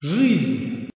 Жизнь!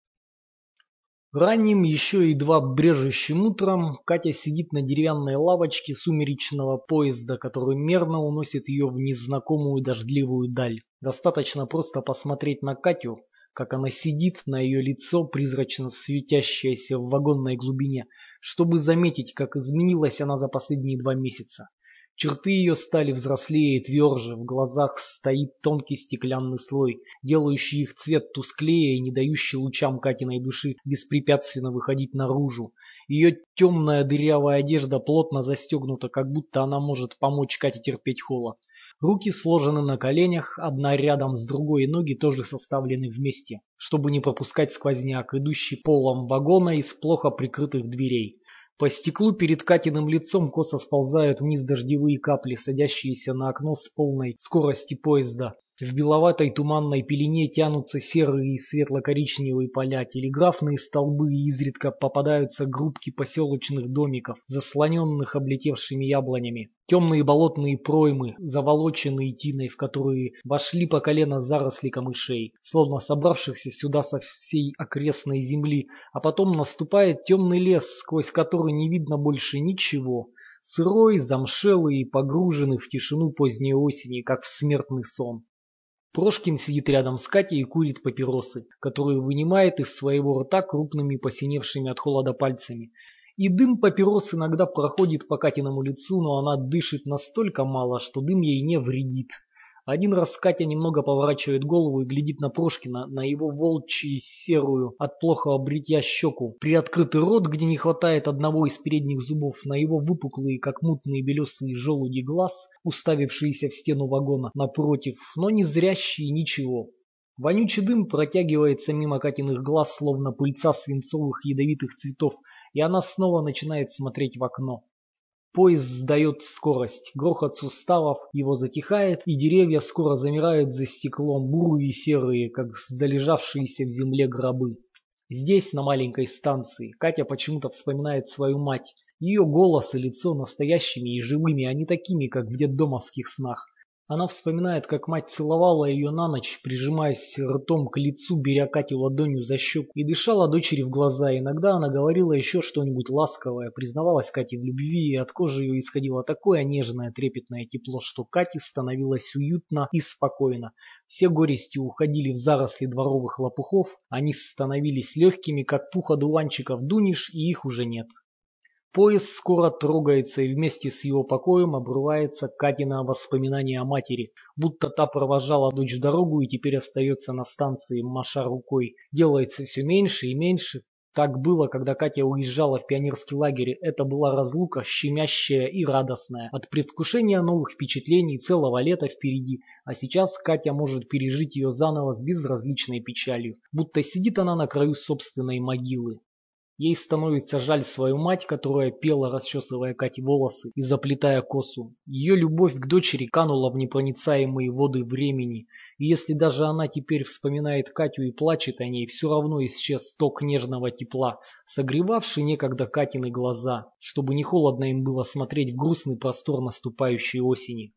Ранним, еще едва брежущим утром, Катя сидит на деревянной лавочке сумеречного поезда, который мерно уносит ее в незнакомую дождливую даль. Достаточно просто посмотреть на Катю, как она сидит, на ее лицо, призрачно светящееся в вагонной глубине, чтобы заметить, как изменилась она за последние 2 месяца. Черты ее стали взрослее и тверже, в глазах стоит тонкий стеклянный слой, делающий их цвет тусклее и не дающий лучам Катиной души беспрепятственно выходить наружу. Ее темная дырявая одежда плотно застегнута, как будто она может помочь Кате терпеть холод. Руки сложены на коленях, одна рядом с другой, и ноги тоже составлены вместе, чтобы не пропускать сквозняк, идущий полом вагона из плохо прикрытых дверей. По стеклу перед Катиным лицом косо сползают вниз дождевые капли, садящиеся на окно с полной скорости поезда. В беловатой туманной пелене тянутся серые и светло-коричневые поля, телеграфные столбы, и изредка попадаются группки поселочных домиков, заслоненных облетевшими яблонями. Темные болотные проймы, заволоченные тиной, в которые вошли по колено заросли камышей, словно собравшихся сюда со всей окрестной земли, а потом наступает темный лес, сквозь который не видно больше ничего, сырой, замшелый и погруженный в тишину поздней осени, как в смертный сон. Прошкин сидит рядом с Катей и курит папиросы, которые вынимает из своего рта крупными посиневшими от холода пальцами. И дым папирос иногда проходит по Катиному лицу, но она дышит настолько мало, что дым ей не вредит. Один раз Катя немного поворачивает голову и глядит на Прошкина, на его волчью серую от плохого бритья щеку, приоткрытый рот, где не хватает одного из передних зубов, на его выпуклые, как мутные белесые желуди глаз, уставившиеся в стену вагона напротив, но не зрящие ничего. Вонючий дым протягивается мимо Катиных глаз, словно пыльца свинцовых ядовитых цветов, и она снова начинает смотреть в окно. Поезд сдает скорость, грохот суставов его затихает, и деревья скоро замирают за стеклом, бурые и серые, как залежавшиеся в земле гробы. Здесь, на маленькой станции, Катя почему-то вспоминает свою мать. Ее голос и лицо настоящими и живыми, а не такими, как в детдомовских снах. Она вспоминает, как мать целовала ее на ночь, прижимаясь ртом к лицу, беря Катю ладонью за щеку, и дышала дочери в глаза. Иногда она говорила еще что-нибудь ласковое, признавалась Кате в любви, и от кожи ее исходило такое нежное трепетное тепло, что Кате становилось уютно и спокойно. Все горести уходили в заросли дворовых лопухов, они становились легкими, как пух одуванчиков, дунешь, и их уже нет. Поезд скоро трогается, и вместе с его покоем обрывается Катина воспоминание о матери, будто та провожала дочь в дорогу и теперь остается на станции, маша рукой. Делается все меньше и меньше. Так было, когда Катя уезжала в пионерский лагерь. Это была разлука, щемящая и радостная, от предвкушения новых впечатлений, целого лета впереди. А сейчас Катя может пережить ее заново с безразличной печалью, будто сидит она на краю собственной могилы. Ей становится жаль свою мать, которая пела, расчесывая Кате волосы и заплетая косу. Ее любовь к дочери канула в непроницаемые воды времени. И если даже она теперь вспоминает Катю и плачет о ней, все равно исчез сток нежного тепла, согревавший некогда Катины глаза, чтобы не холодно им было смотреть в грустный простор наступающей осени.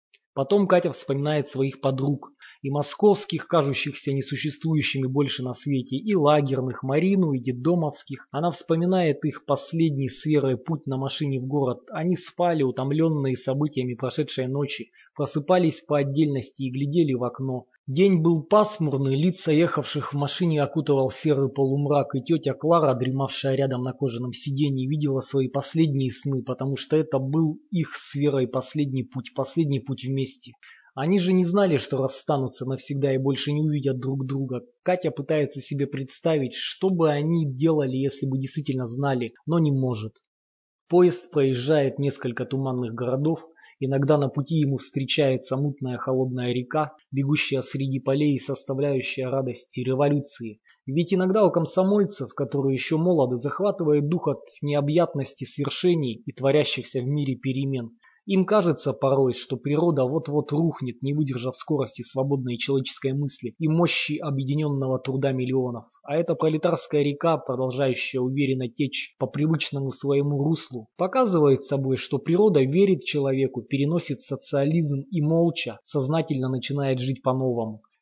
Потом Катя вспоминает своих подруг, и московских, кажущихся несуществующими больше на свете, и лагерных, Марину, и детдомовских. Она вспоминает их последний с Верой путь на машине в город. Они спали, утомленные событиями прошедшей ночи, просыпались по отдельности и глядели в окно. День был пасмурный, лица ехавших в машине окутывал серый полумрак, и тетя Клара, дремавшая рядом на кожаном сиденье, видела свои последние сны, потому что это был их с Верой последний путь вместе. Они же не знали, что расстанутся навсегда и больше не увидят друг друга. Катя пытается себе представить, что бы они делали, если бы действительно знали, но не может. Поезд проезжает несколько туманных городов. Иногда на пути ему встречается мутная холодная река, бегущая среди полей и составляющая радость революции. Ведь иногда у комсомольцев, которые еще молоды, захватывает дух от необъятности свершений и творящихся в мире перемен. Им кажется порой, что природа вот-вот рухнет, не выдержав скорости свободной человеческой мысли и мощи объединенного труда миллионов. А эта пролетарская река, продолжающая уверенно течь по привычному своему руслу, показывает собой, что природа верит человеку, переносит социализм и молча, сознательно начинает жить по-новому.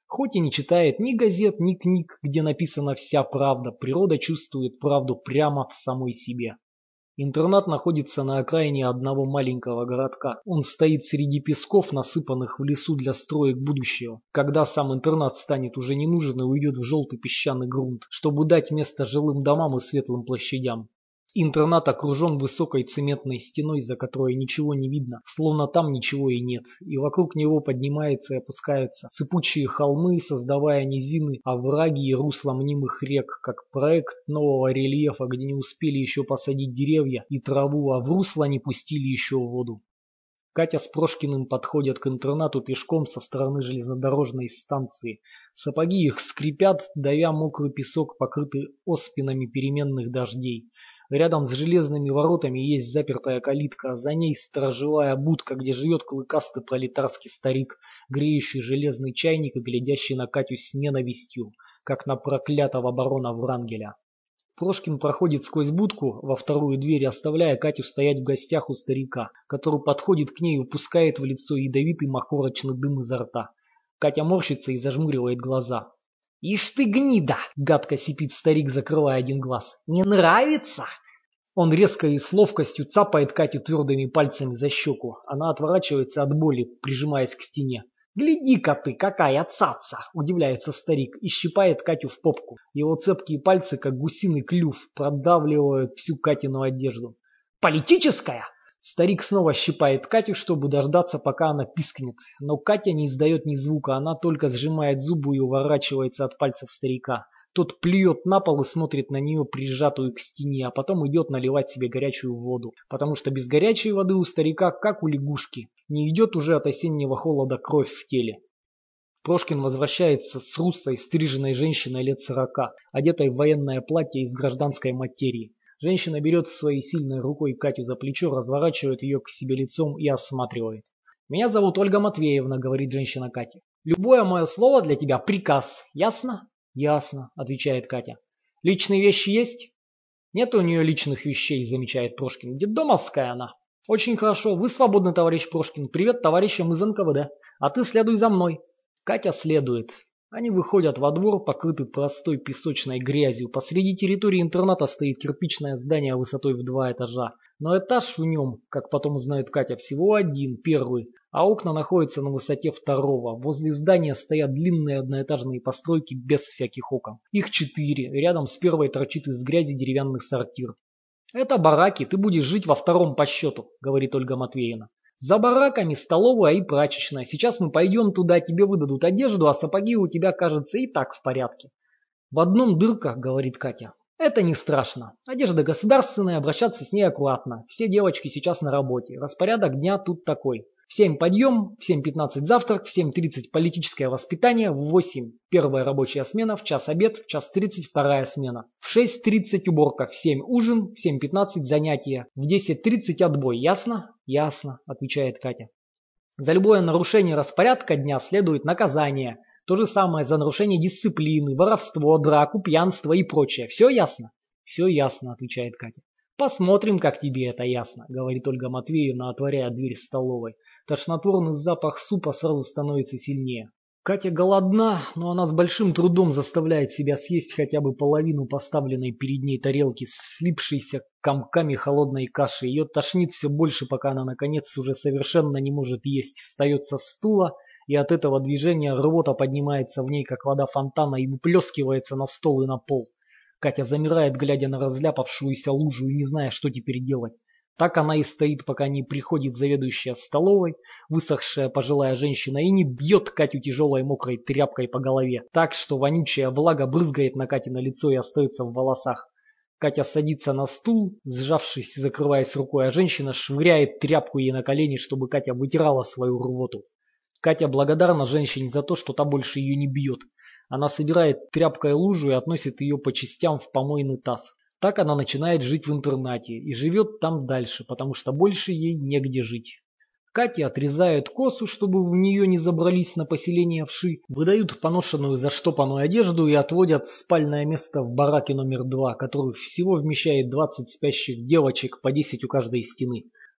Хоть и не читает ни газет, ни книг, где написана вся правда, природа чувствует правду прямо в самой себе. Интернат находится на окраине одного маленького городка. Он стоит среди песков, насыпанных в лесу для строек будущего. Когда сам интернат станет уже не нужен и уйдет в желтый песчаный грунт, чтобы дать место жилым домам и светлым площадям. Интернат окружен высокой цементной стеной, за которой ничего не видно, словно там ничего и нет, и вокруг него поднимаются и опускаются сыпучие холмы, создавая низины, овраги и русла мнимых рек, как проект нового рельефа, где не успели еще посадить деревья и траву, а в русло не пустили еще воду. Катя с Прошкиным подходят к интернату пешком со стороны железнодорожной станции. Сапоги их скрипят, давя мокрый песок, покрытый оспинами переменных дождей. Рядом с железными воротами есть запертая калитка, а за ней сторожевая будка, где живет клыкастый пролетарский старик, греющий железный чайник и глядящий на Катю с ненавистью, как на проклятого барона Врангеля. Прошкин проходит сквозь будку во вторую дверь, оставляя Катю стоять в гостях у старика, который подходит к ней и выпускает в лицо ядовитый махорочный дым изо рта. Катя морщится и зажмуривает глаза. «Ишь ты гнида!» — гадко сипит старик, закрывая один глаз. «Не нравится?» Он резко и с ловкостью цапает Катю твердыми пальцами за щеку. Она отворачивается от боли, прижимаясь к стене. «Гляди-ка ты, какая цаца!» – удивляется старик и щипает Катю в попку. Его цепкие пальцы, как гусиный клюв, продавливают всю Катину одежду. «Политическая!» Старик снова щипает Катю, чтобы дождаться, пока она пискнет. Но Катя не издает ни звука, она только сжимает зубы и уворачивается от пальцев старика. Тот плюет на пол и смотрит на нее, прижатую к стене, а потом идет наливать себе горячую воду. Потому что без горячей воды у старика, как у лягушки, не идет уже от осеннего холода кровь в теле. Прошкин возвращается с русой, стриженной женщиной лет 40, одетой в военное платье из гражданской материи. Женщина берет своей сильной рукой Катю за плечо, разворачивает ее к себе лицом и осматривает. «Меня зовут Ольга Матвеевна», — говорит женщина Кате. «Любое мое слово для тебя приказ. Ясно?» «Ясно», — отвечает Катя. «Личные вещи есть?» «Нет у нее личных вещей», — замечает Прошкин. «Детдомовская она». «Очень хорошо. Вы свободны, товарищ Прошкин. Привет товарищам из НКВД. А ты следуй за мной». Катя следует. Они выходят во двор, покрытый простой песочной грязью. Посреди территории интерната стоит кирпичное здание высотой в 2 этажа. Но этаж в нем, как потом узнает Катя, всего один, первый, а окна находятся на высоте 2-го. Возле здания стоят длинные одноэтажные постройки без всяких окон. Их 4, рядом с первой торчит из грязи деревянный сортир. «Это бараки, ты будешь жить во 2-м по счету», — говорит Ольга Матвеевна. «За бараками столовая и прачечная. Сейчас мы пойдем туда, тебе выдадут одежду, а сапоги у тебя, кажется, и так в порядке». «В одном дырка», — говорит Катя. «Это не страшно. Одежда государственная, обращаться с ней аккуратно. Все девочки сейчас на работе. Распорядок дня тут такой. В 7 подъем, в 7:15 завтрак, в 7:30 политическое воспитание, в 8 первая рабочая смена, в час обед, в 1:30 вторая смена, в 6:30 уборка, в 7 ужин, в 7:15 занятия, в 10:30 отбой. Ясно?» «Ясно», — отвечает Катя. «За любое нарушение распорядка дня следует наказание. То же самое за нарушение дисциплины, воровство, драку, пьянство и прочее. Все ясно?» «Все ясно», — отвечает Катя. «Посмотрим, как тебе это ясно», — говорит Ольга Матвеевна, отворяя дверь столовой. Тошнотворный запах супа сразу становится сильнее. Катя голодна, но она с большим трудом заставляет себя съесть хотя бы половину поставленной перед ней тарелки, слипшейся комками холодной каши. Ее тошнит все больше, пока она, наконец, уже совершенно не может есть. Встает со стула, и от этого движения рвота поднимается в ней, как вода фонтана, и выплескивается на стол и на пол. Катя замирает, глядя на разляпавшуюся лужу и не зная, что теперь делать. Так она и стоит, пока не приходит заведующая столовой, высохшая пожилая женщина, и не бьет Катю тяжелой мокрой тряпкой по голове, так что вонючая влага брызгает на Кате на лицо и остается в волосах. Катя садится на стул, сжавшись и закрываясь рукой, а женщина швыряет тряпку ей на колени, чтобы Катя вытирала свою рвоту. Катя благодарна женщине за то, что та больше ее не бьет. Она собирает тряпкой лужу и относит ее по частям в помойный таз. Так она начинает жить в интернате и живет там дальше, потому что больше ей негде жить. Кате отрезают косу, чтобы в нее не забрались на поселение вши, выдают поношенную заштопанную одежду и отводят в спальное место в бараке номер 2, который всего вмещает 20 спящих девочек, по 10 у каждой стены.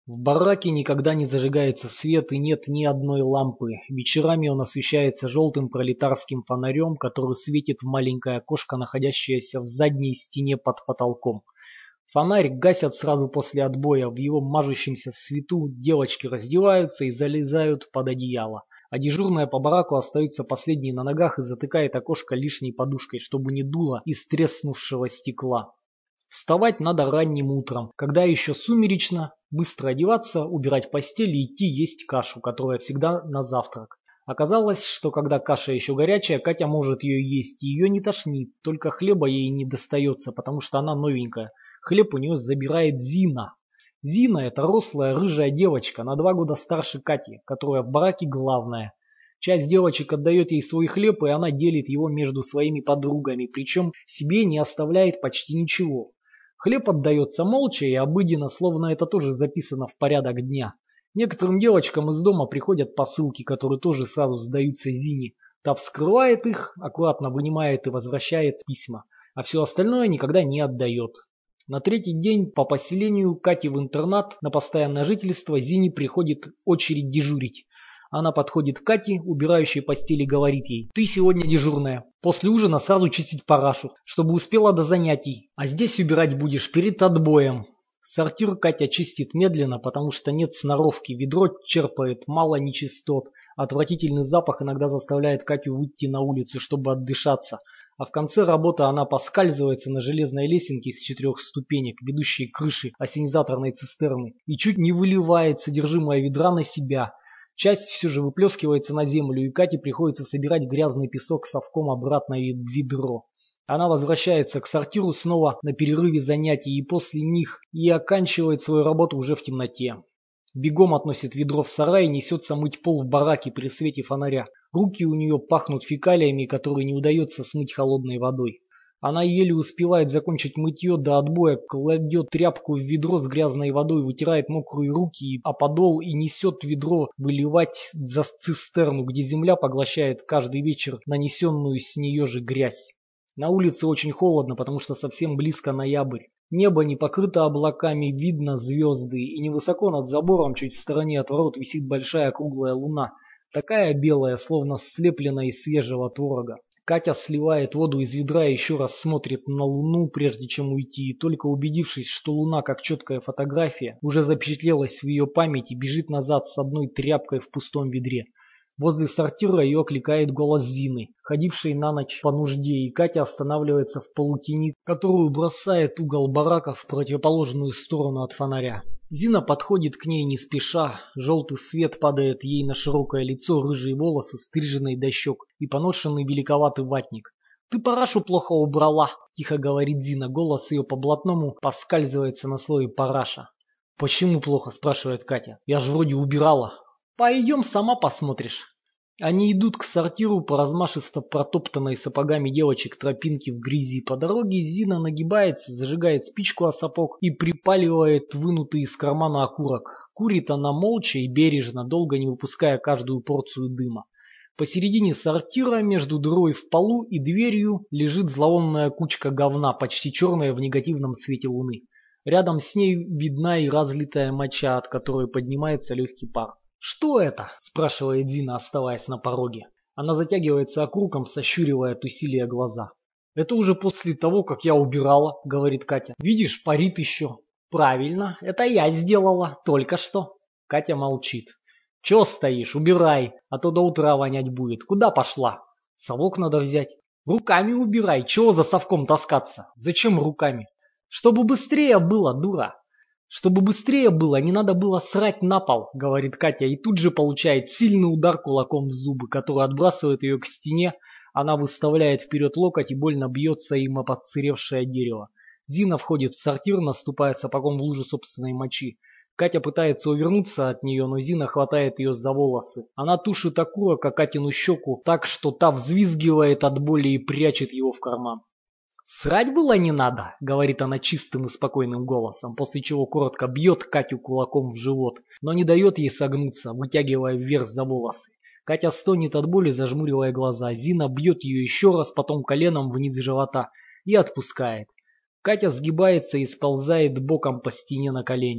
В бараке никогда не зажигается свет и нет ни одной лампы. Вечерами он освещается желтым пролетарским фонарем, который светит в маленькое окошко, находящееся в задней стене под потолком. Фонарь гасят сразу после отбоя. В его мажущемся свету девочки раздеваются и залезают под одеяло. А дежурная по бараку остается последней на ногах и затыкает окошко лишней подушкой, чтобы не дуло из треснувшего стекла. Вставать надо ранним утром, когда еще сумеречно, быстро одеваться, убирать постель и идти есть кашу, которая всегда на завтрак. Оказалось, что когда каша еще горячая, Катя может ее есть, и ее не тошнит, только хлеба ей не достается, потому что она новенькая. Хлеб у нее забирает Зина. Зина – это рослая рыжая девочка, на 2 года старше Кати, которая в бараке главная. Часть девочек отдает ей свой хлеб, и она делит его между своими подругами, причем себе не оставляет почти ничего. Хлеб отдается молча и обыденно, словно это тоже записано в порядок дня. Некоторым девочкам из дома приходят посылки, которые тоже сразу сдаются Зине. Та вскрывает их, аккуратно вынимает и возвращает письма, а все остальное никогда не отдает. На 3-й день по поселению Кати в интернат на постоянное жительство Зине приходит очередь дежурить. Она подходит к Кате, убирающей постель, и говорит ей: «Ты сегодня дежурная. После ужина сразу чистить парашу, чтобы успела до занятий. А здесь убирать будешь перед отбоем». Сортир Катя чистит медленно, потому что нет сноровки. Ведро черпает, мало нечистот. Отвратительный запах иногда заставляет Катю выйти на улицу, чтобы отдышаться. А в конце работы она поскальзывается на железной лесенке из 4 ступенек, ведущей к крыше ассенизаторной цистерны, и чуть не выливает содержимое ведра на себя. Часть все же выплескивается на землю, и Кате приходится собирать грязный песок совком обратно в ведро. Она возвращается к сортиру снова на перерыве занятий и после них и оканчивает свою работу уже в темноте. Бегом относит ведро в сарай и несется мыть пол в бараке при свете фонаря. Руки у нее пахнут фекалиями, которые не удается смыть холодной водой. Она еле успевает закончить мытье до отбоя, кладет тряпку в ведро с грязной водой, вытирает мокрые руки о подол и несет ведро выливать за цистерну, где земля поглощает каждый вечер нанесенную с нее же грязь. На улице очень холодно, потому что совсем близко ноябрь. Небо не покрыто облаками, видно звезды, и невысоко над забором, чуть в стороне от ворот, висит большая круглая луна, такая белая, словно слепленная из свежего творога. Катя сливает воду из ведра и еще раз смотрит на луну, прежде чем уйти, и только убедившись, что луна, как четкая фотография, уже запечатлелась в ее памяти, бежит назад с одной тряпкой в пустом ведре. Возле сортира ее окликает голос Зины, ходившей на ночь по нужде, и Катя останавливается в полутени, которую бросает угол барака в противоположную сторону от фонаря. Зина подходит к ней не спеша, желтый свет падает ей на широкое лицо, рыжие волосы, стриженные до щек и поношенный великоватый ватник. «Ты парашу плохо убрала», – тихо говорит Зина, голос ее по-блатному поскальзывается на слое параша. «Почему плохо?» – спрашивает Катя. «Я же вроде убирала». «Пойдем, сама посмотришь». Они идут к сортиру по размашисто протоптанной сапогами девочек тропинке в грязи. По дороге Зина нагибается, зажигает спичку о сапог и припаливает вынутый из кармана окурок. Курит она молча и бережно, долго не выпуская каждую порцию дыма. Посередине сортира, между дырой в полу и дверью, лежит зловонная кучка говна, почти черная в негативном свете луны. Рядом с ней видна и разлитая моча, от которой поднимается легкий пар. «Что это?» – спрашивает Зина, оставаясь на пороге. Она затягивается окурком, сощуривая от усилия глаза. «Это уже после того, как я убирала», – говорит Катя. «Видишь, парит еще». «Правильно, это я сделала, только что». Катя молчит. «Че стоишь? Убирай, а то до утра вонять будет. Куда пошла?» «Совок надо взять». «Руками убирай, чего за совком таскаться?» «Зачем руками?» «Чтобы быстрее было, дура». «Чтобы быстрее было, не надо было срать на пол», — говорит Катя, и тут же получает сильный удар кулаком в зубы, который отбрасывает ее к стене. Она выставляет вперед локоть и больно бьется им о подцаревшее дерево. Зина входит в сортир, наступая сапогом в лужу собственной мочи. Катя пытается увернуться от нее, но Зина хватает ее за волосы. Она тушит окурок о Катину щеку так, что та взвизгивает от боли и прячет его в карман. «Срать было не надо», — говорит она чистым и спокойным голосом, после чего коротко бьет Катю кулаком в живот, но не дает ей согнуться, вытягивая вверх за волосы. Катя стонет от боли, зажмуривая глаза. Зина бьет ее еще раз, потом коленом вниз живота и отпускает. Катя сгибается и сползает боком по стене на колени.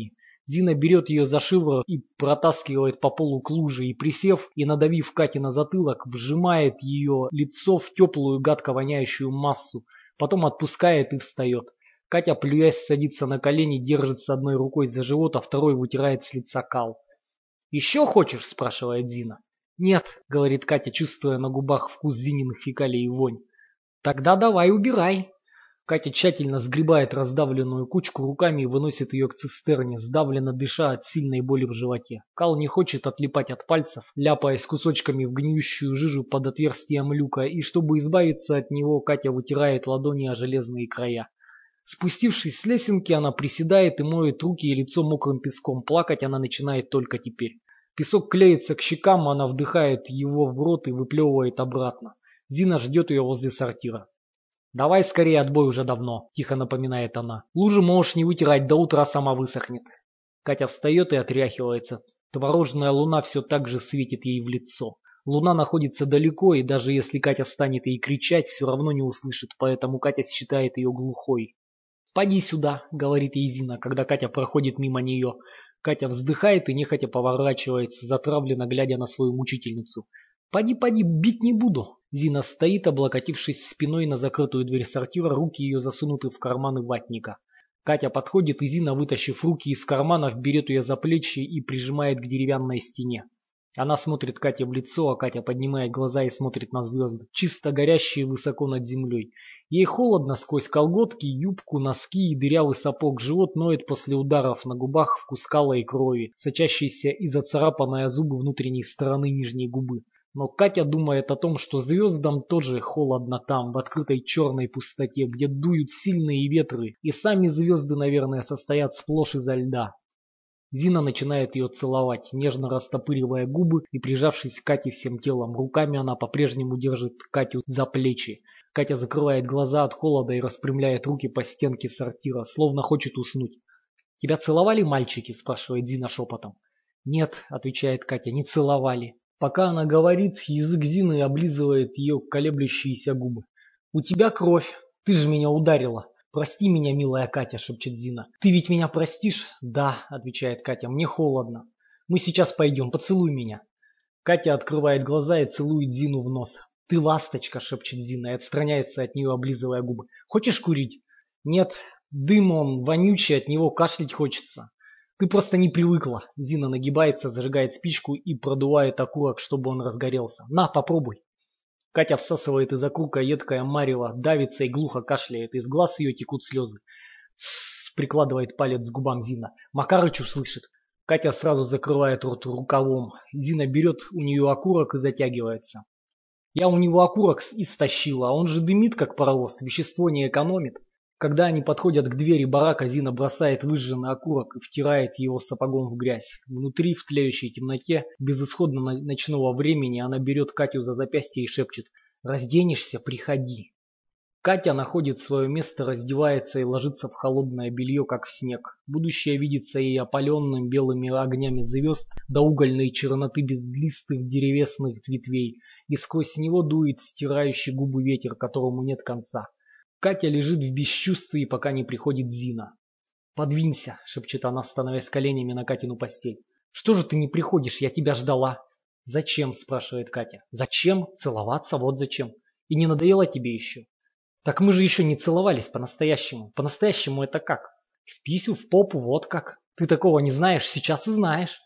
Зина берет ее за шиворот и протаскивает по полу к луже и, присев и надавив Кате на затылок, вжимает ее лицо в теплую гадко воняющую массу, потом отпускает и встает. Катя, плюясь, садится на колени, держится одной рукой за живот, а второй вытирает с лица кал. «Еще хочешь?» – спрашивает Зина. «Нет», – говорит Катя, чувствуя на губах вкус Зининых фекалий и вонь. «Тогда давай убирай». Катя тщательно сгребает раздавленную кучку руками и выносит ее к цистерне, сдавленно дыша от сильной боли в животе. Кал не хочет отлипать от пальцев, ляпаясь кусочками в гниющую жижу под отверстием люка, и чтобы избавиться от него, Катя вытирает ладони о железные края. Спустившись с лесенки, она приседает и моет руки и лицо мокрым песком. Плакать она начинает только теперь. Песок клеится к щекам, она вдыхает его в рот и выплевывает обратно. Зина ждет ее возле сортира. «Давай скорее, отбой уже давно», – тихо напоминает она. «Лужу можешь не вытирать, до утра сама высохнет». Катя встает и отряхивается. Творожная луна все так же светит ей в лицо. Луна находится далеко, и даже если Катя станет ей кричать, все равно не услышит, поэтому Катя считает ее глухой. «Поди сюда», — говорит ей Зина, когда Катя проходит мимо нее. Катя вздыхает и нехотя поворачивается, затравленно глядя на свою мучительницу. «Поди, поди, бить не буду». Зина стоит, облокотившись спиной на закрытую дверь сортира, руки ее засунуты в карманы ватника. Катя подходит, и Зина, вытащив руки из карманов, берет ее за плечи и прижимает к деревянной стене. Она смотрит Кате в лицо, а Катя поднимает глаза и смотрит на звезды, чисто горящие высоко над землей. Ей холодно сквозь колготки, юбку, носки и дырявый сапог. Живот ноет после ударов, на губах вкус кала и крови, сочащийся из оцарапанной о зубы внутренней стороны нижней губы. Но Катя думает о том, что звездам тоже холодно там, в открытой черной пустоте, где дуют сильные ветры, и сами звезды, наверное, состоят сплошь изо льда. Зина начинает ее целовать, нежно растопыривая губы и прижавшись к Кате всем телом. Руками она по-прежнему держит Катю за плечи. Катя закрывает глаза от холода и распрямляет руки по стенке сортира, словно хочет уснуть. «Тебя целовали мальчики?» – спрашивает Зина шепотом. «Нет», – отвечает Катя, – «не целовали». Пока она говорит, язык Зины облизывает ее колеблющиеся губы. «У тебя кровь. Ты же меня ударила». «Прости меня, милая Катя», – шепчет Зина. «Ты ведь меня простишь?» «Да», – отвечает Катя, – «мне холодно. Мы сейчас пойдем, поцелуй меня». Катя открывает глаза и целует Зину в нос. «Ты ласточка», – шепчет Зина и отстраняется от нее, облизывая губы. «Хочешь курить?» «Нет, дым он вонючий, от него кашлять хочется». «Ты просто не привыкла». Зина нагибается, зажигает спичку и продувает окурок, чтобы он разгорелся. «На, попробуй». Катя всасывает из окурка едкое марево, давится и глухо кашляет. Из глаз ее текут слезы. «Тссс», прикладывает палец к губам Зина. «Макарыч услышит». Катя сразу закрывает рот рукавом. Зина берет у нее окурок и затягивается. «Я у него окурок истощила, а он же дымит, как паровоз, вещество не экономит». Когда они подходят к двери барака, Зина бросает выжженный окурок и втирает его сапогом в грязь. Внутри, в тлеющей темноте, безысходно ночного времени, она берет Катю за запястье и шепчет: «Разденешься, приходи». Катя находит свое место, раздевается и ложится в холодное белье, как в снег. Будущее видится ей опаленным белыми огнями звезд до угольной черноты безлистых деревесных ветвей, и сквозь него дует стирающий губы ветер, которому нет конца. Катя лежит в бесчувствии, пока не приходит Зина. «Подвинься», — шепчет она, становясь коленями на Катину постель. «Что же ты не приходишь? Я тебя ждала». «Зачем?» — спрашивает Катя. «Зачем? Целоваться? Вот зачем. И не надоело тебе еще?» «Так мы же еще не целовались по-настоящему. По-настоящему это как? В писю, в попу, вот как. Ты такого не знаешь, сейчас узнаешь».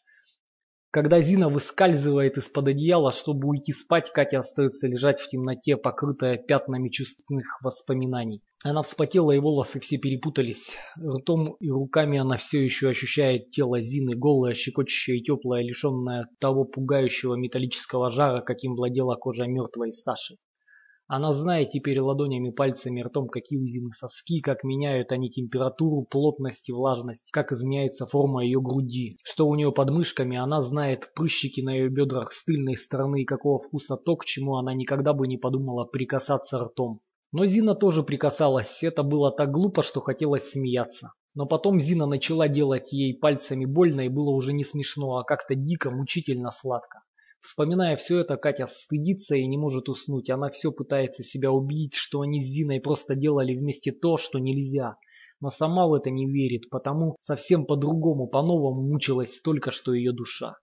Когда Зина выскальзывает из-под одеяла, чтобы уйти спать, Катя остается лежать в темноте, покрытая пятнами чувственных воспоминаний. Она вспотела, и волосы все перепутались. Ртом и руками она все еще ощущает тело Зины, голое, щекочущее и теплое, лишенное того пугающего металлического жара, каким владела кожа мертвой Саши. Она знает теперь ладонями, пальцами, ртом, какие у Зины соски, как меняют они температуру, плотность и влажность, как изменяется форма ее груди, что у нее под мышками. Она знает прыщики на ее бедрах с тыльной стороны и какого вкуса то, к чему она никогда бы не подумала прикасаться ртом. Но Зина тоже прикасалась, это было так глупо, что хотелось смеяться. Но потом Зина начала делать ей пальцами больно, и было уже не смешно, а как-то дико, мучительно сладко. Вспоминая все это, Катя стыдится и не может уснуть. Она все пытается себя убедить, что они с Зиной просто делали вместе то, что нельзя. но сама в это не верит, потому совсем по-другому, по-новому мучилась только что ее душа.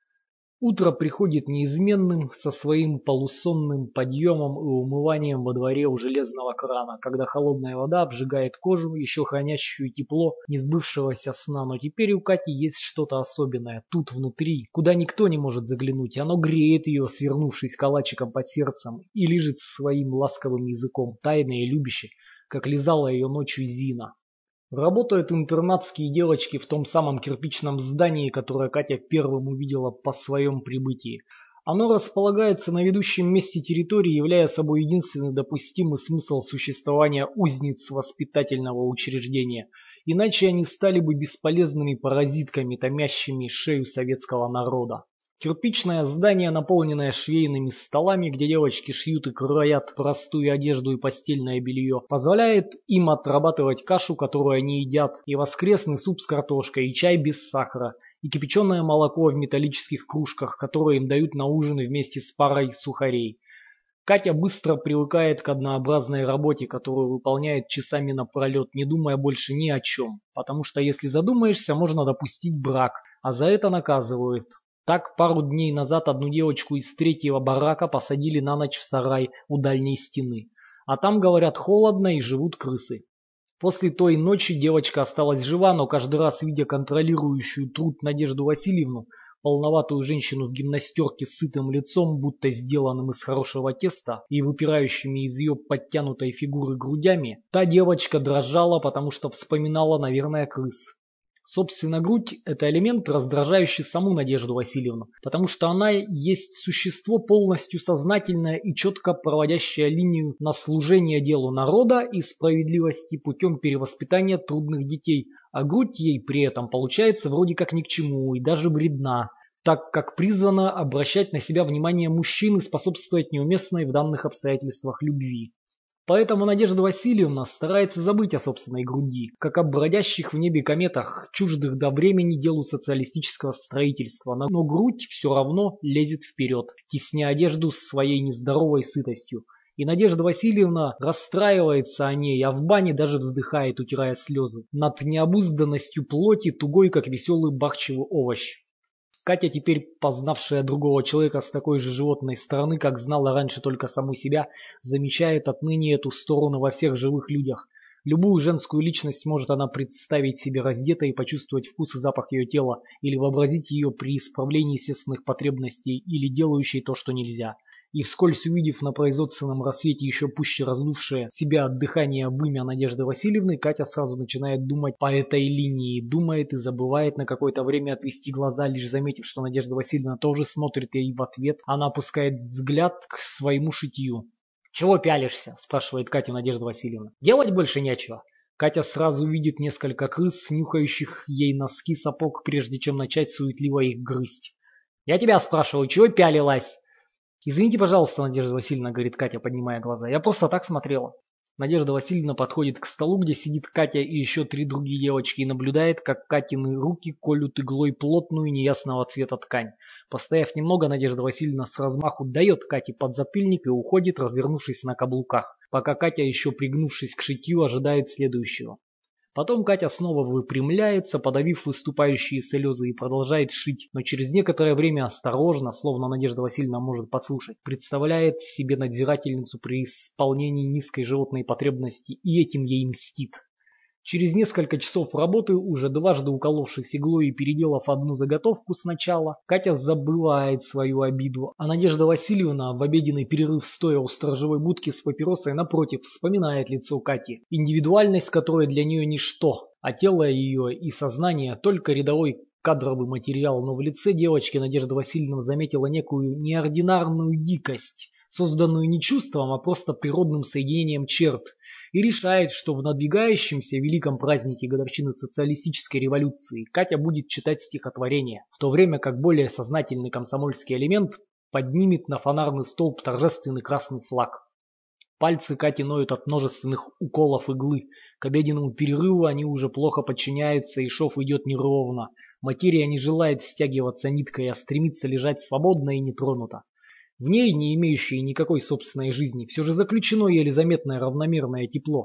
Утро приходит неизменным, со своим полусонным подъемом и умыванием во дворе у железного крана, когда холодная вода обжигает кожу, еще хранящую тепло несбывшегося сна. Но теперь у Кати есть что-то особенное, тут внутри, куда никто не может заглянуть. Оно греет ее, свернувшись калачиком под сердцем, и лижет своим ласковым языком, тайно и любяще, как лизала ее ночью Зина. Работают интернатские девочки в том самом кирпичном здании, которое Катя первым увидела по своем прибытии. Оно располагается на ведущем месте территории, являя собой единственный допустимый смысл существования узниц воспитательного учреждения. Иначе они стали бы бесполезными паразитками, томящими шею советского народа. Кирпичное здание, наполненное швейными столами, где девочки шьют и кроят простую одежду и постельное белье, позволяет им отрабатывать кашу, которую они едят, и воскресный суп с картошкой, и чай без сахара, и кипяченое молоко в металлических кружках, которые им дают на ужин вместе с парой сухарей. Катя быстро привыкает к однообразной работе, которую выполняет часами напролет, не думая больше ни о чем. Потому что если задумаешься, можно допустить брак, а за это наказывают. Так, пару дней назад одну девочку из третьего барака посадили на ночь в сарай у дальней стены. А там, говорят, холодно и живут крысы. После той ночи девочка осталась жива, но каждый раз, видя контролирующую труд Надежду Васильевну, полноватую женщину в гимнастерке с сытым лицом, будто сделанным из хорошего теста и выпирающими из ее подтянутой фигуры грудями, та девочка дрожала, потому что вспоминала, наверное, крыс. Собственно, грудь – это элемент, раздражающий саму Надежду Васильевну, потому что она есть существо полностью сознательное и четко проводящее линию на служение делу народа и справедливости путем перевоспитания трудных детей, а грудь ей при этом получается вроде как ни к чему и даже вредна, так как призвана обращать на себя внимание мужчин и способствовать неуместной в данных обстоятельствах любви. Поэтому Надежда Васильевна старается забыть о собственной груди, как о бродящих в небе кометах, чуждых до времени делу социалистического строительства, но грудь все равно лезет вперед, тесня одежду своей нездоровой сытостью. И Надежда Васильевна расстраивается о ней, а в бане даже вздыхает, утирая слезы, над необузданностью плоти, тугой, как веселый бахчевый овощ. Катя, теперь познавшая другого человека с такой же животной стороны, как знала раньше только саму себя, замечает отныне эту сторону во всех живых людях. Любую женскую личность может она представить себе раздетой и почувствовать вкус и запах ее тела, или вообразить ее при исправлении естественных потребностей, или делающей то, что нельзя. И вскользь увидев на производственном рассвете еще пуще раздувшее себя от дыхания вымя Надежды Васильевны, Катя сразу начинает думать по этой линии, думает и забывает на какое-то время отвести глаза, лишь заметив, что Надежда Васильевна тоже смотрит ей в ответ, она опускает взгляд к своему шитью. «Чего пялишься?» – спрашивает Катя Надежда Васильевна. «Делать больше нечего». Катя сразу видит несколько крыс, нюхающих ей носки сапог, прежде чем начать суетливо их грызть. «Я тебя спрашиваю, чего пялилась?» «Извините, пожалуйста, Надежда Васильевна», — говорит Катя, поднимая глаза. «Я просто так смотрела». Надежда Васильевна подходит к столу, где сидит Катя и еще 3 другие девочки, и наблюдает, как Катины руки колют иглой плотную неясного цвета ткань. Постояв немного, Надежда Васильевна с размаху дает Кате подзатыльник и уходит, развернувшись на каблуках, пока Катя, еще пригнувшись к шитью, ожидает следующего. Потом Катя снова выпрямляется, подавив выступающие слезы, и продолжает шить, но через некоторое время осторожно, словно Надежда Васильевна может подслушать, представляет себе надзирательницу при исполнении низкой животной потребности и этим ей мстит. Через несколько часов работы, уже дважды уколовшись иглой и переделав одну заготовку сначала, Катя забывает свою обиду, а Надежда Васильевна в обеденный перерыв, стоя у сторожевой будки с папиросой, напротив, вспоминает лицо Кати, индивидуальность которой для нее ничто, а тело ее и сознание только рядовой кадровый материал, но в лице девочки Надежда Васильевна заметила некую неординарную дикость, созданную не чувством, а просто природным соединением черт, и решает, что в надвигающемся великом празднике годовщины социалистической революции Катя будет читать стихотворение, в то время как более сознательный комсомольский элемент поднимет на фонарный столб торжественный красный флаг. Пальцы Кати ноют от множественных уколов иглы. К обеденному перерыву они уже плохо подчиняются, и шов идет неровно. Материя не желает стягиваться ниткой, а стремится лежать свободно и нетронуто. В ней, не имеющей никакой собственной жизни, все же заключено еле заметное равномерное тепло.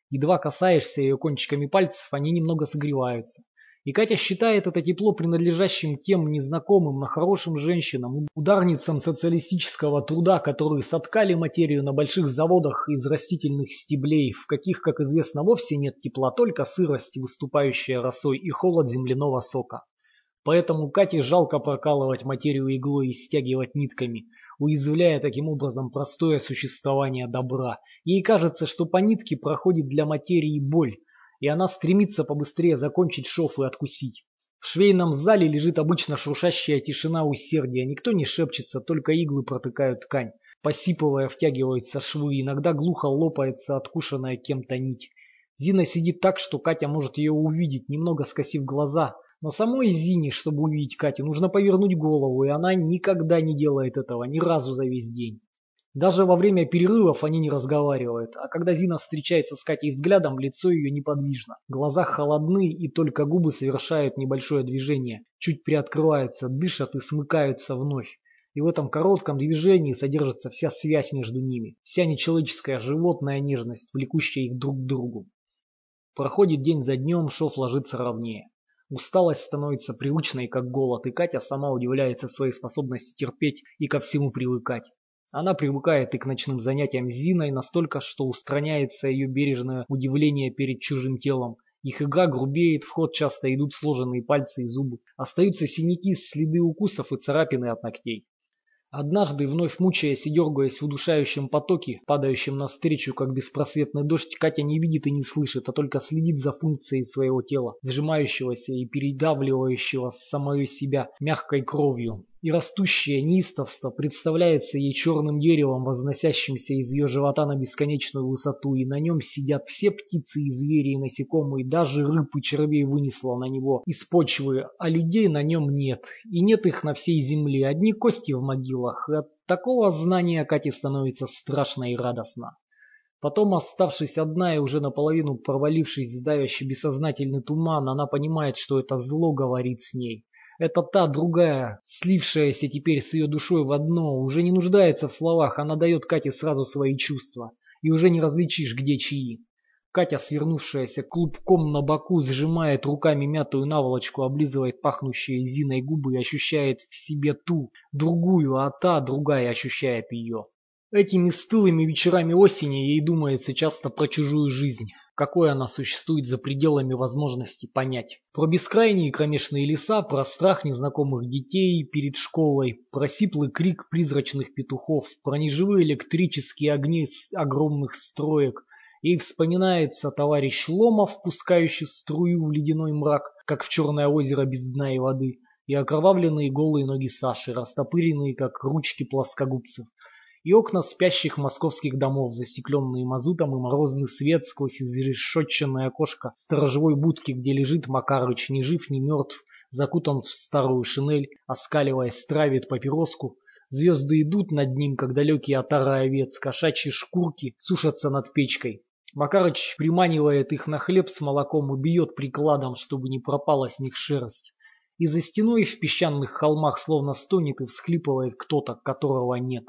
Едва касаешься ее кончиками пальцев, они немного согреваются. И Катя считает это тепло принадлежащим тем незнакомым, но хорошим женщинам, ударницам социалистического труда, которые соткали материю на больших заводах из растительных стеблей, в каких, как известно, вовсе нет тепла, только сырость, выступающая росой, и холод земляного сока. Поэтому Кате жалко прокалывать материю иглой и стягивать нитками, уязвляя таким образом простое существование добра. Ей кажется, что по нитке проходит для материи боль, и она стремится побыстрее закончить шов и откусить. В швейном зале лежит обычно шуршащая тишина усердия, никто не шепчется, только иглы протыкают ткань. Посипывая, втягиваются швы, иногда глухо лопается откушенная кем-то нить. Зина сидит так, что Катя может ее увидеть, немного скосив глаза. Но самой Зине, чтобы увидеть Катю, нужно повернуть голову, и она никогда не делает этого, ни разу за весь день. Даже во время перерывов они не разговаривают, а когда Зина встречается с Катей взглядом, лицо ее неподвижно. Глаза холодны, и только губы совершают небольшое движение, чуть приоткрываются, дышат и смыкаются вновь. И в этом коротком движении содержится вся связь между ними, вся нечеловеческая животная нежность, влекущая их друг к другу. Проходит день за днем, шов ложится ровнее. Усталость становится привычной, как голод, и Катя сама удивляется своей способности терпеть и ко всему привыкать. Она привыкает и к ночным занятиям с Зиной настолько, что устраняется ее бережное удивление перед чужим телом. Их игра грубеет, в ход часто идут сложенные пальцы и зубы. Остаются синяки, следы укусов и царапины от ногтей. Однажды, вновь мучаясь и дергаясь в удушающем потоке, падающем навстречу, как беспросветный дождь, Катя не видит и не слышит, а только следит за функцией своего тела, сжимающегося и передавливающего самое себя мягкой кровью. И растущее неистовство представляется ей черным деревом, возносящимся из ее живота на бесконечную высоту, и на нем сидят все птицы и звери, и насекомые, даже рыб и червей вынесло на него из почвы, а людей на нем нет, и нет их на всей земле, одни кости в могилах, и от такого знания Кате становится страшно и радостно. Потом, оставшись одна и уже наполовину провалившись в давящий бессознательный туман, она понимает, что это зло говорит с ней. Это та другая, слившаяся теперь с ее душой в одно, уже не нуждается в словах, она дает Кате сразу свои чувства, и уже не различишь, где чьи. Катя, свернувшаяся клубком на боку, сжимает руками мятую наволочку, облизывает пахнущие Зиной губы и ощущает в себе ту, другую, а та другая ощущает ее. Этими стылыми вечерами осени ей думается часто про чужую жизнь, какой она существует за пределами возможности понять. Про бескрайние кромешные леса, про страх незнакомых детей перед школой, про сиплый крик призрачных петухов, про неживые электрические огни с огромных строек. Ей вспоминается товарищ Ломов, пускающий струю в ледяной мрак, как в черное озеро без дна и воды, и окровавленные голые ноги Саши, растопыренные, как ручки плоскогубцев. И окна спящих московских домов, застекленные мазутом, и морозный свет сквозь изрешетченное окошко сторожевой будки, где лежит Макарыч, ни жив, ни мертв, закутан в старую шинель, оскаливаясь, травит папироску. Звезды идут над ним, как далекие отары овец, кошачьи шкурки сушатся над печкой. Макарыч приманивает их на хлеб с молоком и бьет прикладом, чтобы не пропала с них шерсть. И за стеной в песчаных холмах словно стонет и всхлипывает кто-то, которого нет.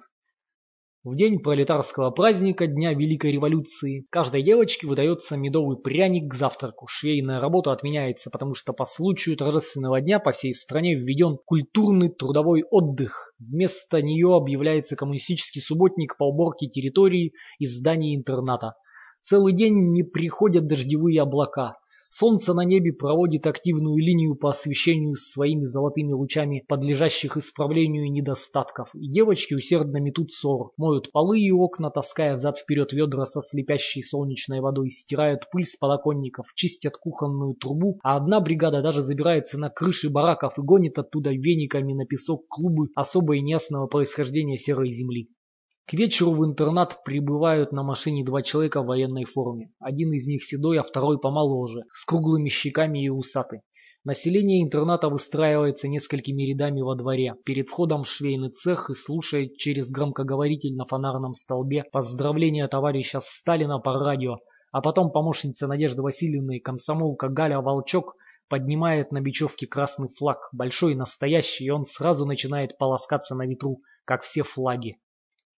В день пролетарского праздника, Дня Великой Революции, каждой девочке выдается медовый пряник к завтраку. Швейная работа отменяется, потому что по случаю торжественного дня по всей стране введен культурный трудовой отдых. Вместо нее объявляется коммунистический субботник по уборке территории и зданий интерната. Целый день не приходят дождевые облака. Солнце на небе проводит активную линию по освещению своими золотыми лучами подлежащих исправлению недостатков, и девочки усердно метут ссор, моют полы и окна, таская взад-вперед ведра со слепящей солнечной водой, стирают пыль с подоконников, чистят кухонную трубу, а одна бригада даже забирается на крыши бараков и гонит оттуда вениками на песок клубы особо и неясного происхождения серой земли. К вечеру в интернат прибывают на машине два человека в военной форме. Один из них седой, а второй помоложе, с круглыми щеками и усатый. Население интерната выстраивается несколькими рядами во дворе, перед входом в швейный цех и слушает через громкоговоритель на фонарном столбе поздравления товарища Сталина по радио, а потом помощница Надежды Васильевны и комсомолка Галя Волчок поднимает на бечевке красный флаг, большой и настоящий, и он сразу начинает полоскаться на ветру, как все флаги.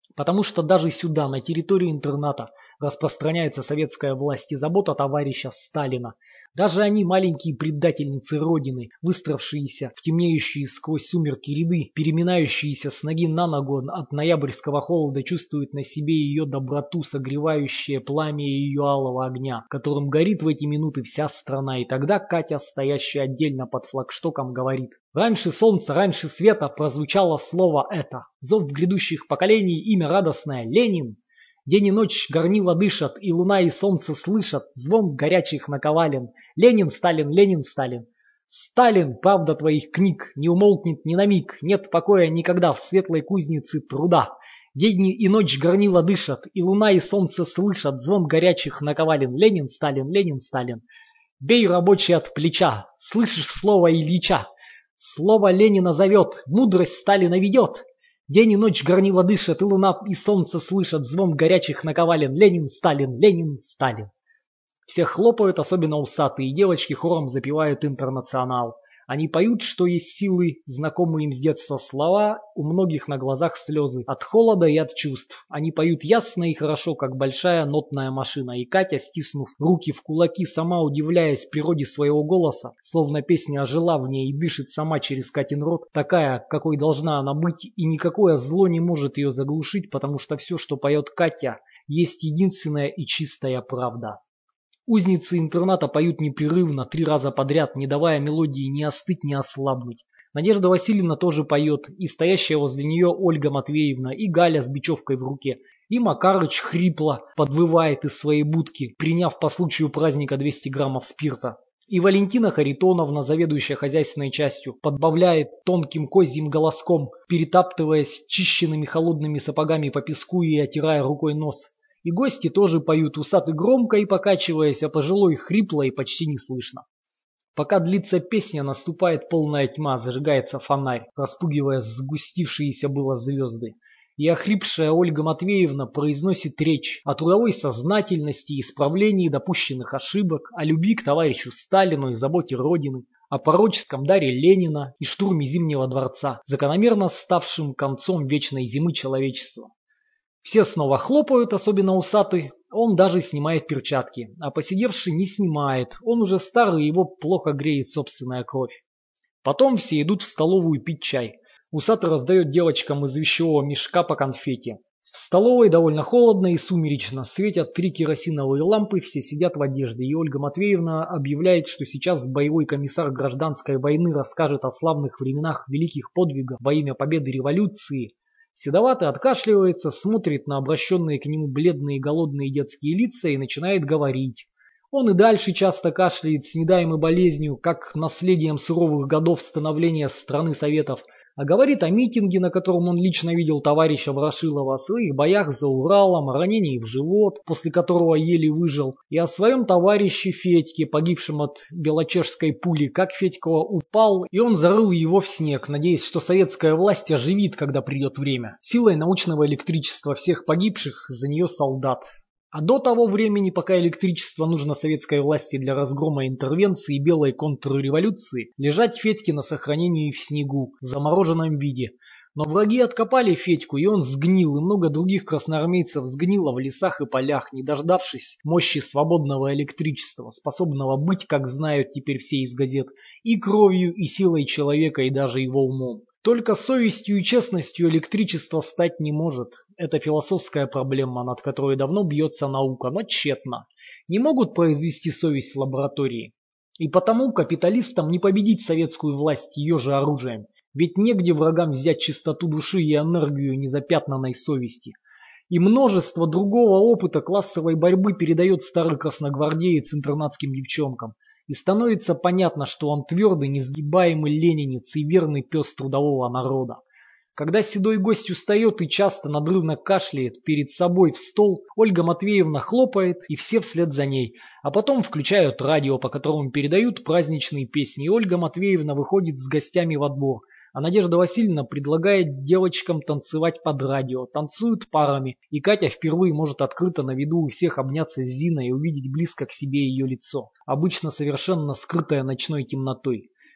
Потому что даже сюда, на территорию интерната, распространяется советская власть и забота товарища Сталина. Даже они, маленькие предательницы Родины, выстроившиеся в темнеющие сквозь сумерки ряды, переминающиеся с ноги на ногу от ноябрьского холода, чувствуют на себе ее доброту, согревающее пламя ее алого огня, которым горит в эти минуты вся страна. И тогда Катя, стоящая отдельно под флагштоком, говорит: «Раньше солнца, раньше света прозвучало слово это. Зов грядущих поколений, имя радостное — Ленин. День и ночь горнила дышат, и луна и солнце слышат звон горячих наковален. Ленин, Сталин, Ленин, Сталин. Сталин, правда твоих книг не умолкнет ни на миг, нет покоя никогда в светлой кузнице труда. День и ночь горнила дышат, и луна и солнце слышат звон горячих наковален. Ленин, Сталин, Ленин, Сталин. Бей, рабочий, от плеча, слышишь слово Ильича? Слово Ленина зовет, мудрость Сталина ведет. День и ночь горнила дышат, и луна и солнце слышат звон горячих наковален. Ленин, Сталин, Ленин, Сталин». Все хлопают, особенно усатые, и девочки хором запевают «Интернационал». Они поют, что есть силы, знакомые им с детства слова, у многих на глазах слезы, от холода и от чувств. Они поют ясно и хорошо, как большая нотная машина. И Катя, стиснув руки в кулаки, сама удивляясь природе своего голоса, словно песня ожила в ней и дышит сама через Катин рот, такая, какой должна она быть, и никакое зло не может ее заглушить, потому что все, что поет Катя, есть единственная и чистая правда. Узницы интерната поют непрерывно, 3 раза подряд, не давая мелодии ни остыть, ни ослабнуть. Надежда Васильевна тоже поет, и стоящая возле нее Ольга Матвеевна, и Галя с бечевкой в руке. И Макарыч хрипло подвывает из своей будки, приняв по случаю праздника 200 граммов спирта. И Валентина Харитоновна, заведующая хозяйственной частью, подбавляет тонким козьим голоском, перетаптываясь чищенными холодными сапогами по песку и отирая рукой нос. И гости тоже поют, усатый громко и покачиваясь, а пожилой хрипло и почти не слышно. Пока длится песня, наступает полная тьма, зажигается фонарь, распугивая сгустившиеся было звезды. И охрипшая Ольга Матвеевна произносит речь о трудовой сознательности, исправлении допущенных ошибок, о любви к товарищу Сталину и заботе Родины, о пророческом даре Ленина и штурме Зимнего дворца, закономерно ставшим концом вечной зимы человечества. Все снова хлопают, особенно усатый. Он даже снимает перчатки, а посидевший не снимает. Он уже старый, его плохо греет собственная кровь. Потом все идут в столовую пить чай. Усатый раздает девочкам из вещевого мешка по конфете. В столовой довольно холодно и сумеречно. Светят 3 керосиновые лампы, все сидят в одежде. И Ольга Матвеевна объявляет, что сейчас боевой комиссар гражданской войны расскажет о славных временах великих подвигов во имя победы революции. Седоватый откашливается, смотрит на обращенные к нему бледные голодные детские лица и начинает говорить. Он и дальше часто кашляет с недаемой болезнью, как наследием суровых годов становления страны Советов, а говорит о митинге, на котором он лично видел товарища Ворошилова, о своих боях за Уралом, о ранении в живот, после которого еле выжил, и о своем товарище Федьке, погибшем от белочешской пули, как Федька упал, и он зарыл его в снег, надеясь, что советская власть оживит, когда придет время, силой научного электричества всех погибших за нее солдат. А до того времени, пока электричество нужно советской власти для разгрома интервенции и белой контрреволюции, лежать Федьке на сохранении в снегу, в замороженном виде. Но враги откопали Федьку, и он сгнил, и много других красноармейцев сгнило в лесах и полях, не дождавшись мощи свободного электричества, способного быть, как знают теперь все из газет, и кровью, и силой человека, и даже его умом. Только совестью и честностью электричество стать не может. Это философская проблема, над которой давно бьется наука, но тщетно. Не могут произвести совесть в лаборатории. И потому капиталистам не победить советскую власть ее же оружием. Ведь негде врагам взять чистоту души и энергию незапятнанной совести. И множество другого опыта классовой борьбы передает старый красногвардеец интернатским девчонкам. И становится понятно, что он твердый, несгибаемый ленинец и верный пес трудового народа. Когда седой гость устает и часто надрывно кашляет перед собой в стол, Ольга Матвеевна хлопает, и все вслед за ней. А потом включают радио, по которому передают праздничные песни, и Ольга Матвеевна выходит с гостями во двор. А Надежда Васильевна предлагает девочкам танцевать под радио. Танцуют парами, и Катя впервые может открыто на виду у всех обняться с Зиной и увидеть близко к себе ее лицо, обычно совершенно скрытое ночной темнотой.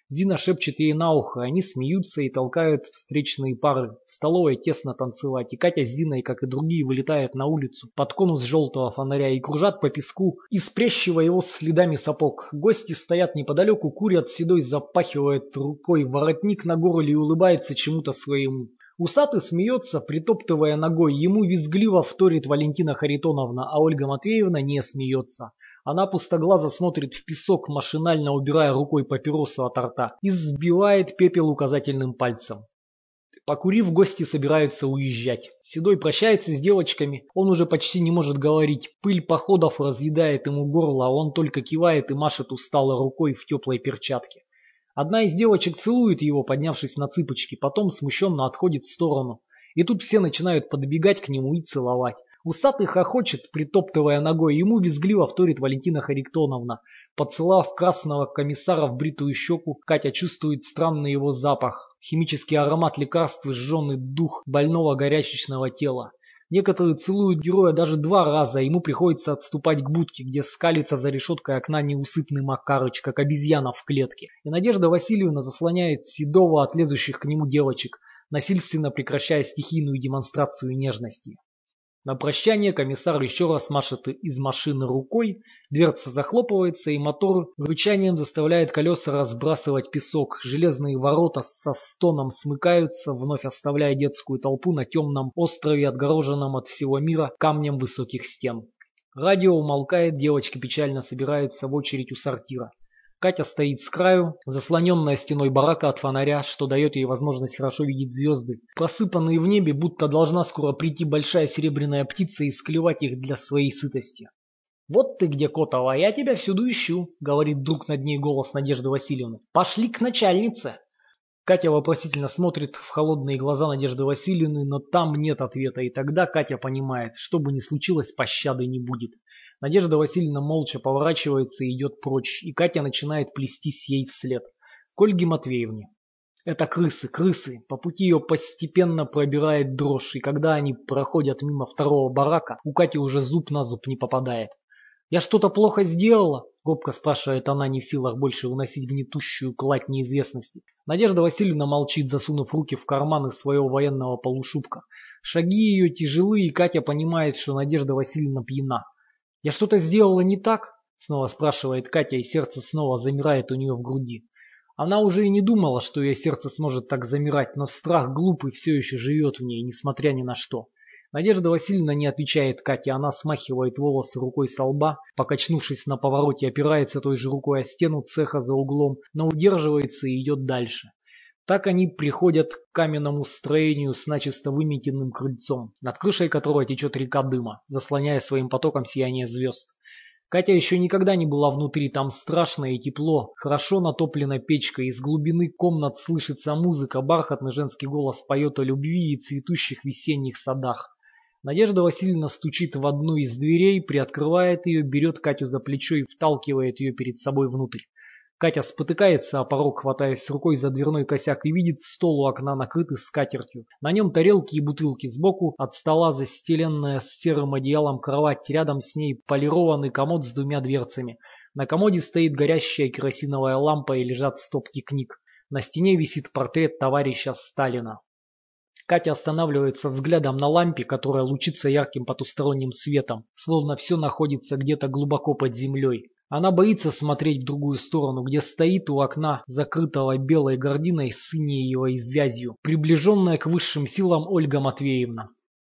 Зина шепчет ей на ухо, они смеются и толкают встречные пары. В столовой тесно танцевать, и Катя с Зиной, как и другие, вылетают на улицу под конус желтого фонаря и кружат по песку, испрещивая его следами сапог. Гости стоят неподалеку, курят, Седой запахивает рукой воротник на горле и улыбается чему-то своему. Усатый смеется, притоптывая ногой, ему визгливо вторит Валентина Харитоновна, а Ольга Матвеевна не смеется. Она пустоглазо смотрит в песок, машинально убирая рукой папиросу от рта, и сбивает пепел указательным пальцем. Покурив, гости собираются уезжать. Седой прощается с девочками, он уже почти не может говорить, пыль походов разъедает ему горло, а он только кивает и машет устало рукой в теплой перчатке. Одна из девочек целует его, поднявшись на цыпочки, потом смущенно отходит в сторону. И тут все начинают подбегать к нему и целовать. Усатый хохочет, притоптывая ногой, ему визгливо вторит Валентина Харитоновна. Поцеловав красного комиссара в бритую щеку, Катя чувствует странный его запах, химический аромат лекарств и жженый дух больного горячечного тела. Некоторые целуют героя даже 2 раза, ему приходится отступать к будке, где скалится за решеткой окна неусыпный Макарыч, как обезьяна в клетке. И Надежда Васильевна заслоняет Седова от лезущих к нему девочек, насильственно прекращая стихийную демонстрацию нежности. На прощание комиссар еще раз машет из машины рукой, дверца захлопывается и мотор рычанием заставляет колеса разбрасывать песок. Железные ворота со стоном смыкаются, вновь оставляя детскую толпу на темном острове, отгороженном от всего мира камнем высоких стен. Радио умолкает, девочки печально собираются в очередь у сортира. Катя стоит с краю, заслоненная стеной барака от фонаря, что дает ей возможность хорошо видеть звезды, просыпанные в небе, будто должна скоро прийти большая серебряная птица и склевать их для своей сытости. «Вот ты где, Котова, я тебя всюду ищу», — говорит вдруг над ней голос Надежды Васильевны. «Пошли к начальнице». Катя вопросительно смотрит в холодные глаза Надежды Васильевны, но там нет ответа, и тогда Катя понимает, что бы ни случилось, пощады не будет. Надежда Васильевна молча поворачивается и идет прочь, и Катя начинает плестись ей вслед. К Ольге Матвеевне. Это крысы, крысы. По пути ее постепенно пробирает дрожь, и когда они проходят мимо второго барака, у Кати уже зуб на зуб не попадает. «Я что-то плохо сделала?» — робко спрашивает она, не в силах больше выносить гнетущую кладь неизвестности. Надежда Васильевна молчит, засунув руки в карманы своего военного полушубка. Шаги ее тяжелы, и Катя понимает, что Надежда Васильевна пьяна. «Я что-то сделала не так?» — снова спрашивает Катя, и сердце снова замирает у нее в груди. Она уже и не думала, что ее сердце сможет так замирать, но страх глупый все еще живет в ней, несмотря ни на что. Надежда Васильевна не отвечает Кате, она смахивает волосы рукой со лба, покачнувшись на повороте, опирается той же рукой о стену цеха за углом, но удерживается и идет дальше. Так они приходят к каменному строению с начисто выметенным крыльцом, над крышей которого течет река дыма, заслоняя своим потоком сияние звезд. Катя еще никогда не была внутри, там страшно и тепло, хорошо натоплена печка, из глубины комнат слышится музыка, бархатный женский голос поет о любви и цветущих весенних садах. Надежда Васильевна стучит в одну из дверей, приоткрывает ее, берет Катю за плечо и вталкивает ее перед собой внутрь. Катя спотыкается о порог, хватаясь рукой за дверной косяк, и видит стол у окна, накрытый скатертью. На нем тарелки и бутылки, сбоку от стола застеленная с серым одеялом кровать, рядом с ней полированный комод с 2 дверцами. На комоде стоит горящая керосиновая лампа и лежат стопки книг. На стене висит портрет товарища Сталина. Катя останавливается взглядом на лампе, которая лучится ярким потусторонним светом, словно все находится где-то глубоко под землей. Она боится смотреть в другую сторону, где стоит у окна, закрытого белой гординой с инеевой извязью, приближенная к высшим силам Ольга Матвеевна.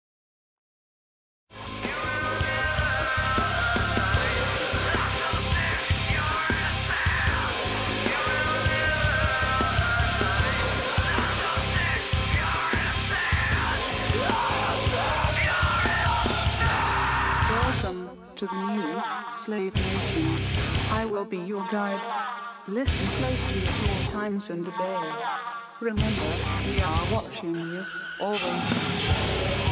To the new slave nation. I will be your guide. Listen closely at all times and obey. Remember, we are watching you always.